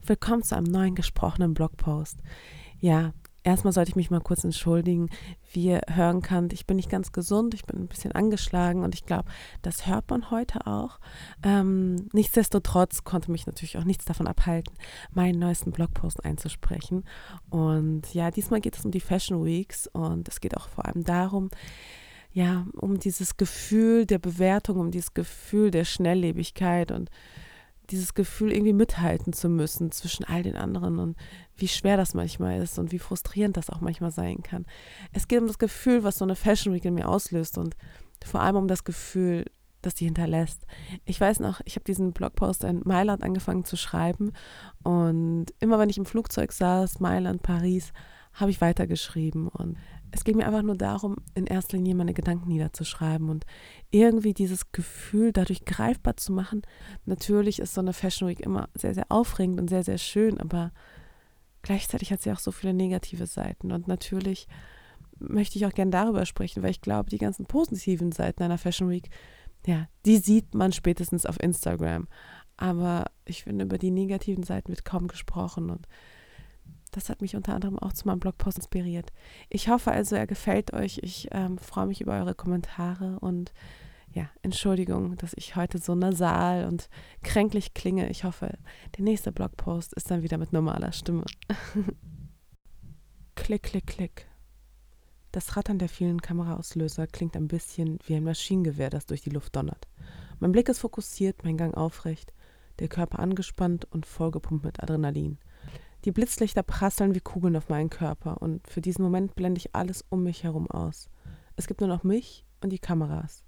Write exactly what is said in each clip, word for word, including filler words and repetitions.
Willkommen zu einem neuen gesprochenen Blogpost. Ja, erstmal sollte ich mich mal kurz entschuldigen. Wie ihr hören könnt, ich bin nicht ganz gesund, ich bin ein bisschen angeschlagen und ich glaube, das hört man heute auch. Ähm, nichtsdestotrotz konnte mich natürlich auch nichts davon abhalten, meinen neuesten Blogpost einzusprechen. Und ja, diesmal geht es um die Fashion Weeks und es geht auch vor allem darum, ja, um dieses Gefühl der Bewertung, um dieses Gefühl der Schnelllebigkeit und dieses Gefühl, irgendwie mithalten zu müssen zwischen all den anderen und wie schwer das manchmal ist und wie frustrierend das auch manchmal sein kann. Es geht um das Gefühl, was so eine Fashion Week in mir auslöst und vor allem um das Gefühl, das die hinterlässt. Ich weiß noch, ich habe diesen Blogpost in Mailand angefangen zu schreiben und immer wenn ich im Flugzeug saß, Mailand, Paris, habe ich weitergeschrieben und es ging mir einfach nur darum, in erster Linie meine Gedanken niederzuschreiben und irgendwie dieses Gefühl dadurch greifbar zu machen. Natürlich ist so eine Fashion Week immer sehr, sehr aufregend und sehr, sehr schön, aber gleichzeitig hat sie auch so viele negative Seiten. Und natürlich möchte ich auch gerne darüber sprechen, weil ich glaube, die ganzen positiven Seiten einer Fashion Week, ja, die sieht man spätestens auf Instagram. Aber ich finde, über die negativen Seiten wird kaum gesprochen und das hat mich unter anderem auch zu meinem Blogpost inspiriert. Ich hoffe also, er gefällt euch. Ich ähm, freue mich über eure Kommentare und ja, Entschuldigung, dass ich heute so nasal und kränklich klinge. Ich hoffe, der nächste Blogpost ist dann wieder mit normaler Stimme. Klick, klick, klick. Das Rattern der vielen Kameraauslöser klingt ein bisschen wie ein Maschinengewehr, das durch die Luft donnert. Mein Blick ist fokussiert, mein Gang aufrecht, der Körper angespannt und vollgepumpt mit Adrenalin. Die Blitzlichter prasseln wie Kugeln auf meinen Körper und für diesen Moment blende ich alles um mich herum aus. Es gibt nur noch mich und die Kameras.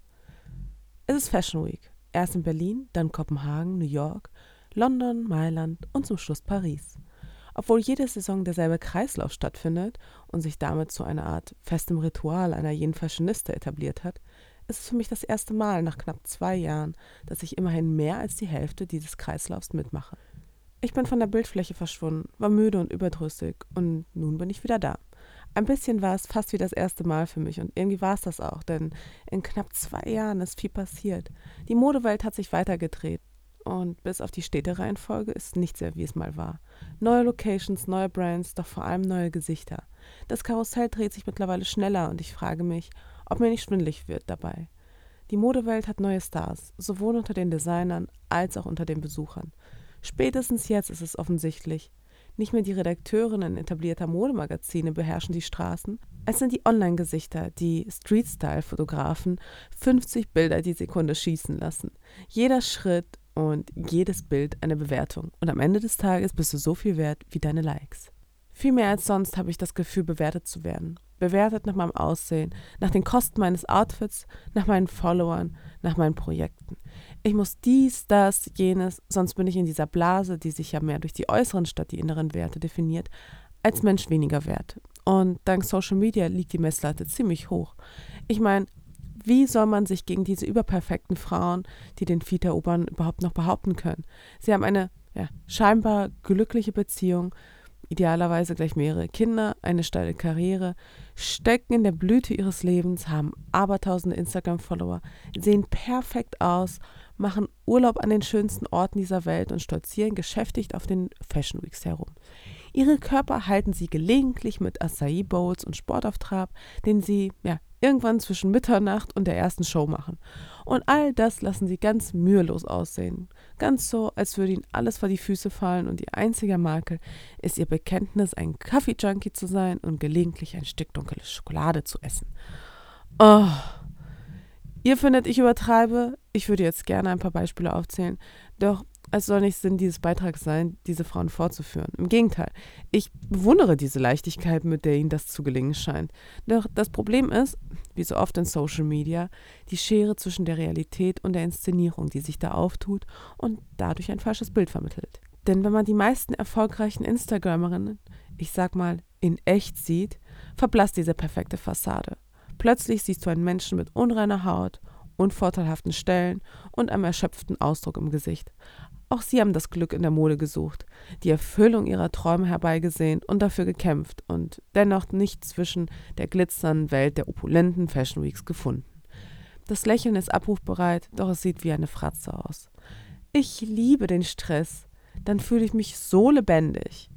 Es ist Fashion Week. Erst in Berlin, dann Kopenhagen, New York, London, Mailand und zum Schluss Paris. Obwohl jede Saison derselbe Kreislauf stattfindet und sich damit zu einer Art festem Ritual einer jeden Fashionista etabliert hat, ist es für mich das erste Mal nach knapp zwei Jahren, dass ich immerhin mehr als die Hälfte dieses Kreislaufs mitmache. Ich bin von der Bildfläche verschwunden, war müde und überdrüssig und nun bin ich wieder da. Ein bisschen war es fast wie das erste Mal für mich und irgendwie war es das auch, denn in knapp zwei Jahren ist viel passiert. Die Modewelt hat sich weitergedreht und bis auf die Städtereihenfolge ist nichts mehr, wie es mal war. Neue Locations, neue Brands, doch vor allem neue Gesichter. Das Karussell dreht sich mittlerweile schneller und ich frage mich, ob mir nicht schwindelig wird dabei. Die Modewelt hat neue Stars, sowohl unter den Designern als auch unter den Besuchern. Spätestens jetzt ist es offensichtlich. Nicht mehr die Redakteurinnen etablierter Modemagazine beherrschen die Straßen, es sind die Online-Gesichter, die Street-Style-Fotografen fünfzig Bilder die Sekunde schießen lassen. Jeder Schritt und jedes Bild eine Bewertung. Und am Ende des Tages bist du so viel wert wie deine Likes. Viel mehr als sonst habe ich das Gefühl, bewertet zu werden. Bewertet nach meinem Aussehen, nach den Kosten meines Outfits, nach meinen Followern, nach meinen Projekten. Ich muss dies, das, jenes, sonst bin ich in dieser Blase, die sich ja mehr durch die äußeren statt die inneren Werte definiert, als Mensch weniger wert. Und dank Social Media liegt die Messlatte ziemlich hoch. Ich meine, wie soll man sich gegen diese überperfekten Frauen, die den Feed erobern, überhaupt noch behaupten können? Sie haben eine ja, scheinbar glückliche Beziehung, idealerweise gleich mehrere Kinder, eine steile Karriere, stecken in der Blüte ihres Lebens, haben abertausende Instagram-Follower, sehen perfekt aus, machen Urlaub an den schönsten Orten dieser Welt und stolzieren geschäftigt auf den Fashion Weeks herum. Ihre Körper halten sie gelegentlich mit Acai Bowls und Sport auf Trab, den sie ja, irgendwann zwischen Mitternacht und der ersten Show machen. Und all das lassen sie ganz mühelos aussehen. Ganz so, als würde ihnen alles vor die Füße fallen und ihr einziger Makel ist ihr Bekenntnis, ein Kaffee-Junkie zu sein und gelegentlich ein Stück dunkle Schokolade zu essen. Oh, ihr findet, ich übertreibe? Ich würde jetzt gerne ein paar Beispiele aufzählen, doch es soll nicht Sinn dieses Beitrags sein, diese Frauen fortzuführen. Im Gegenteil, ich bewundere diese Leichtigkeit, mit der ihnen das zu gelingen scheint. Doch das Problem ist, wie so oft in Social Media, die Schere zwischen der Realität und der Inszenierung, die sich da auftut und dadurch ein falsches Bild vermittelt. Denn wenn man die meisten erfolgreichen Instagrammerinnen, ich sag mal, in echt sieht, verblasst diese perfekte Fassade. Plötzlich siehst du einen Menschen mit unreiner Haut, unvorteilhaften Stellen und einem erschöpften Ausdruck im Gesicht. Auch sie haben das Glück in der Mode gesucht, die Erfüllung ihrer Träume herbeigesehnt und dafür gekämpft und dennoch nicht zwischen der glitzernden Welt der opulenten Fashion Weeks gefunden. Das Lächeln ist abrufbereit, doch es sieht wie eine Fratze aus. Ich liebe den Stress, dann fühle ich mich so lebendig.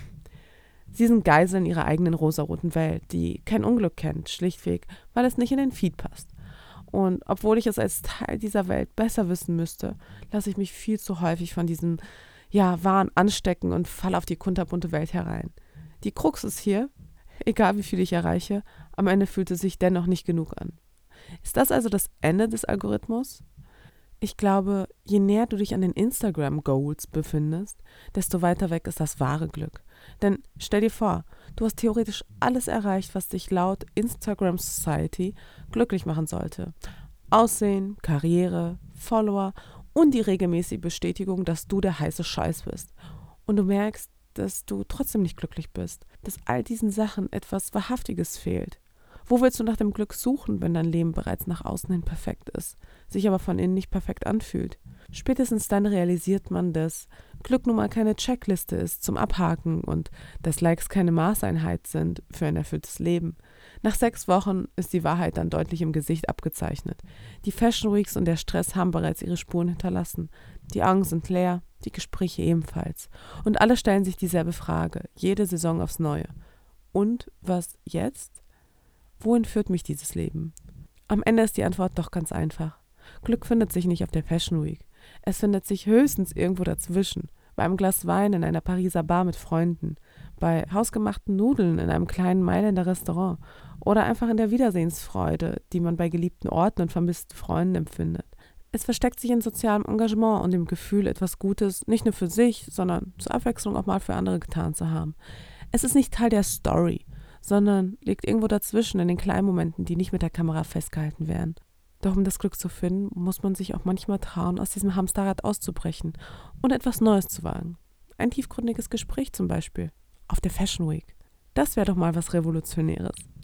Sie sind Geiseln ihrer eigenen rosaroten Welt, die kein Unglück kennt, schlichtweg, weil es nicht in den Feed passt. Und obwohl ich es als Teil dieser Welt besser wissen müsste, lasse ich mich viel zu häufig von diesem, ja, Wahn anstecken und falle auf die kunterbunte Welt herein. Die Krux ist hier, egal wie viel ich erreiche, am Ende fühlt es sich dennoch nicht genug an. Ist das also das Ende des Algorithmus? Ich glaube, je näher du dich an den Instagram-Goals befindest, desto weiter weg ist das wahre Glück. Denn stell dir vor, du hast theoretisch alles erreicht, was dich laut Instagram Society glücklich machen sollte. Aussehen, Karriere, Follower und die regelmäßige Bestätigung, dass du der heiße Scheiß bist. Und du merkst, dass du trotzdem nicht glücklich bist, dass all diesen Sachen etwas Wahrhaftiges fehlt. Wo willst du nach dem Glück suchen, wenn dein Leben bereits nach außen hin perfekt ist, sich aber von innen nicht perfekt anfühlt? Spätestens dann realisiert man, dass Glück nun mal keine Checkliste ist zum Abhaken und dass Likes keine Maßeinheit sind für ein erfülltes Leben. Nach sechs Wochen ist die Wahrheit dann deutlich im Gesicht abgezeichnet. Die Fashion Weeks und der Stress haben bereits ihre Spuren hinterlassen. Die Augen sind leer, die Gespräche ebenfalls. Und alle stellen sich dieselbe Frage, jede Saison aufs Neue. Und was jetzt? Wohin führt mich dieses Leben? Am Ende ist die Antwort doch ganz einfach. Glück findet sich nicht auf der Fashion Week. Es findet sich höchstens irgendwo dazwischen. Bei einem Glas Wein in einer Pariser Bar mit Freunden, bei hausgemachten Nudeln in einem kleinen Mailänder Restaurant oder einfach in der Wiedersehensfreude, die man bei geliebten Orten und vermissten Freunden empfindet. Es versteckt sich in sozialem Engagement und dem Gefühl, etwas Gutes nicht nur für sich, sondern zur Abwechslung auch mal für andere getan zu haben. Es ist nicht Teil der Story, sondern liegt irgendwo dazwischen in den kleinen Momenten, die nicht mit der Kamera festgehalten werden. Doch um das Glück zu finden, muss man sich auch manchmal trauen, aus diesem Hamsterrad auszubrechen und etwas Neues zu wagen. Ein tiefgründiges Gespräch zum Beispiel, auf der Fashion Week. Das wäre doch mal was Revolutionäres.